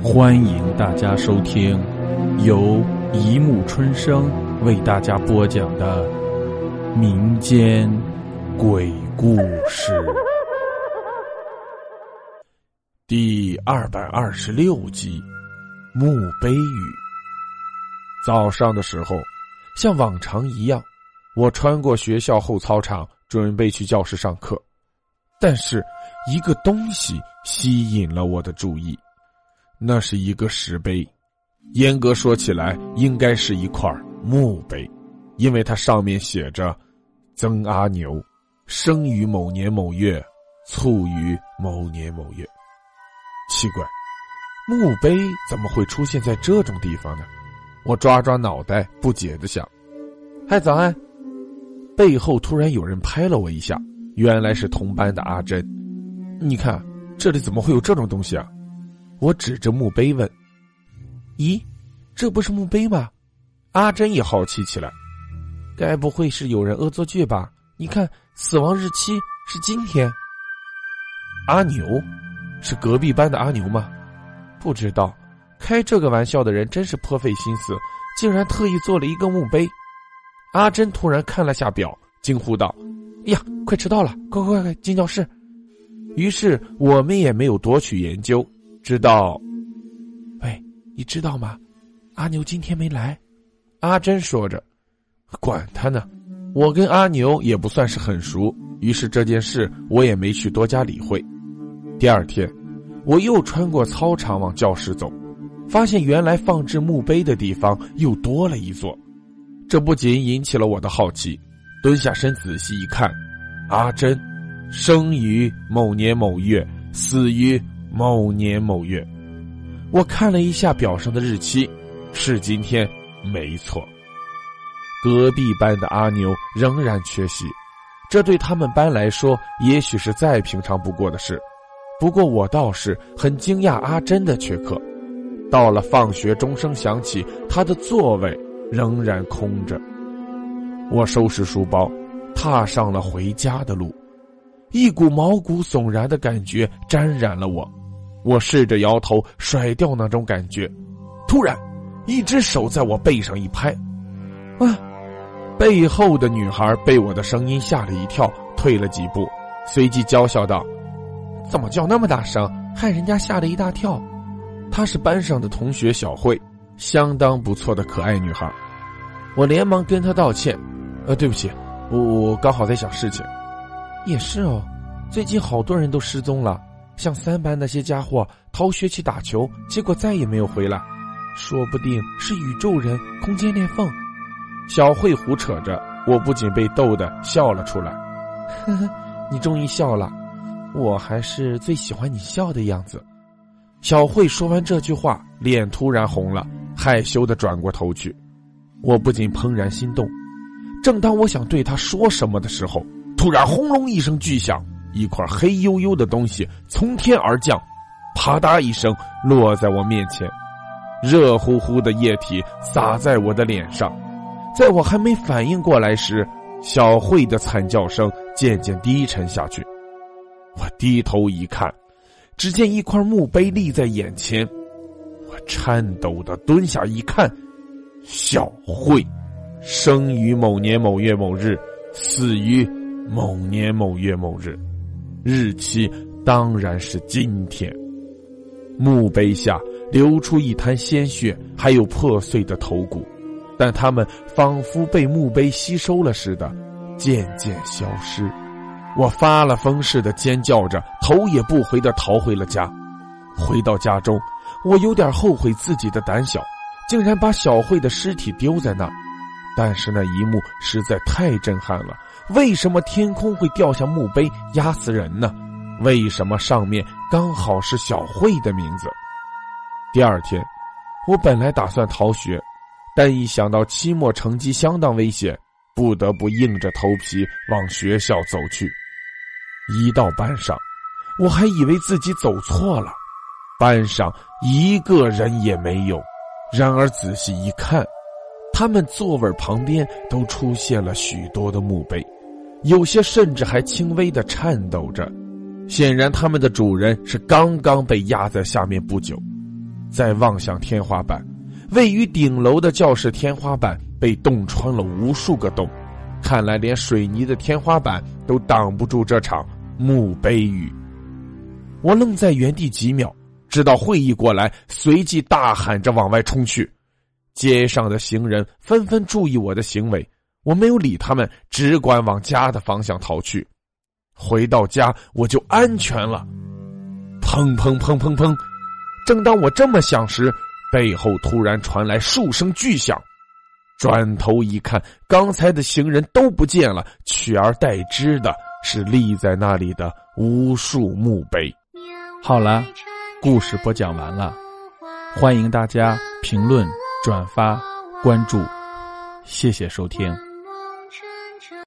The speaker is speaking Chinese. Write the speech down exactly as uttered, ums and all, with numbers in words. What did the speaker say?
欢迎大家收听由一木春生为大家播讲的民间鬼故事第二百二十六集墓碑语。早上的时候，像往常一样，我穿过学校后操场，准备去教室上课。但是一个东西吸引了我的注意，那是一个石碑，严格说起来应该是一块墓碑，因为它上面写着曾阿牛生于某年某月，卒于某年某月。奇怪，墓碑怎么会出现在这种地方呢？我抓抓脑袋不解地想。嗨，早安！背后突然有人拍了我一下，原来是同班的阿珍。你看这里怎么会有这种东西啊？我指着墓碑问。咦，这不是墓碑吗？阿珍也好奇起来。该不会是有人恶作剧吧？你看死亡日期是今天。阿牛？是隔壁班的阿牛吗？不知道，开这个玩笑的人真是颇费心思，竟然特意做了一个墓碑。阿珍突然看了下表，惊呼道：哎呀，快迟到了，快快快进教室。于是我们也没有多去研究，直到喂，你知道吗？阿牛今天没来。阿珍说着。管他呢，我跟阿牛也不算是很熟，于是这件事我也没去多加理会。第二天，我又穿过操场往教室走，发现原来放置墓碑的地方又多了一座。这不仅引起了我的好奇，蹲下身仔细一看，阿珍生于某年某月，死于某年某月。我看了一下表上的日期，是今天，没错。隔壁班的阿牛仍然缺席，这对他们班来说也许是再平常不过的事。不过我倒是很惊讶阿珍的缺课。到了放学钟声响起，她的座位仍然空着。我收拾书包，踏上了回家的路。一股毛骨悚然的感觉沾染了我，我试着摇头甩掉那种感觉。突然一只手在我背上一拍，啊！背后的女孩被我的声音吓了一跳，退了几步，随即娇笑道：怎么叫那么大声，害人家吓了一大跳。她是班上的同学小慧，相当不错的可爱女孩。我连忙跟她道歉，呃，对不起，我我刚好在想事情。也是哦，最近好多人都失踪了，像三班那些家伙逃学去打球，结果再也没有回来，说不定是宇宙人、空间裂缝。小慧胡扯着，我不仅被逗得笑了出来。呵呵，你终于笑了，我还是最喜欢你笑的样子。小慧说完这句话，脸突然红了，害羞地转过头去。我不禁怦然心动。正当我想对她说什么的时候，突然轰隆一声巨响，一块黑黝黝的东西从天而降，啪嗒一声落在我面前，热乎乎的液体洒在我的脸上。在我还没反应过来时，小慧的惨叫声渐渐低沉下去。我低头一看，只见一块墓碑立在眼前。我颤抖地蹲下一看，小慧生于某年某月某日，死于某年某月某日，日期当然是今天。墓碑下流出一滩鲜血，还有破碎的头骨，但它们仿佛被墓碑吸收了似的，渐渐消失。我发了疯似的尖叫着，头也不回地逃回了家。回到家中，我有点后悔自己的胆小，竟然把小慧的尸体丢在那儿。但是那一幕实在太震撼了，为什么天空会掉下墓碑压死人呢？为什么上面刚好是小慧的名字？第二天，我本来打算逃学，但一想到期末成绩相当危险，不得不硬着头皮往学校走去。一到班上，我还以为自己走错了，班上一个人也没有。然而仔细一看，他们座位旁边都出现了许多的墓碑，有些甚至还轻微地颤抖着，显然他们的主人是刚刚被压在下面不久。 再望向天花板，位于顶楼的教室天花板被洞穿了无数个洞，看来连水泥的天花板都挡不住这场墓碑雨。我愣在原地几秒，直到会意过来，随即大喊着往外冲去。街上的行人纷纷注意我的行为，我没有理他们，只管往家的方向逃去。回到家我就安全了。砰砰砰砰砰，正当我这么想时，背后突然传来数声巨响。转头一看，刚才的行人都不见了，取而代之的是立在那里的无数墓碑。 好了，故事播讲完了，欢迎大家评论、转发、关注，谢谢收听。